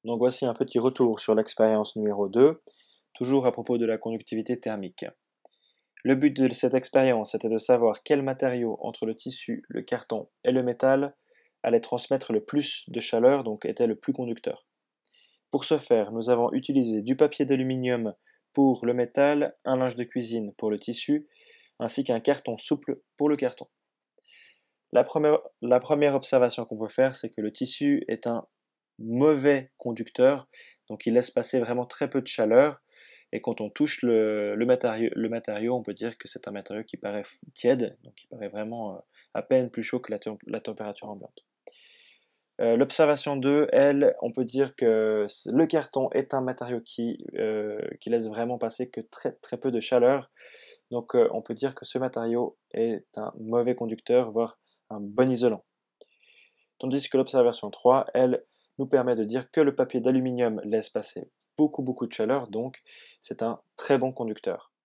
Donc voici un petit retour sur l'expérience numéro 2, toujours à propos de la conductivité thermique. Le but de cette expérience était de savoir quel matériau entre le tissu, le carton et le métal allait transmettre le plus de chaleur, donc était le plus conducteur. Pour ce faire, nous avons utilisé du papier d'aluminium pour le métal, un linge de cuisine pour le tissu, ainsi qu'un carton souple pour le carton. La première observation qu'on peut faire, c'est que le tissu est un mauvais conducteur, donc il laisse passer vraiment très peu de chaleur, et quand on touche le matériau, on peut dire que c'est un matériau qui paraît tiède, donc qui paraît vraiment à peine plus chaud que la température ambiante. L'observation 2, elle, on peut dire que le carton est un matériau qui laisse vraiment passer que très très peu de chaleur, donc on peut dire que ce matériau est un mauvais conducteur, voire un bon isolant. Tandis que l'observation 3, elle, nous permet de dire que le papier d'aluminium laisse passer beaucoup de chaleur, donc c'est un très bon conducteur.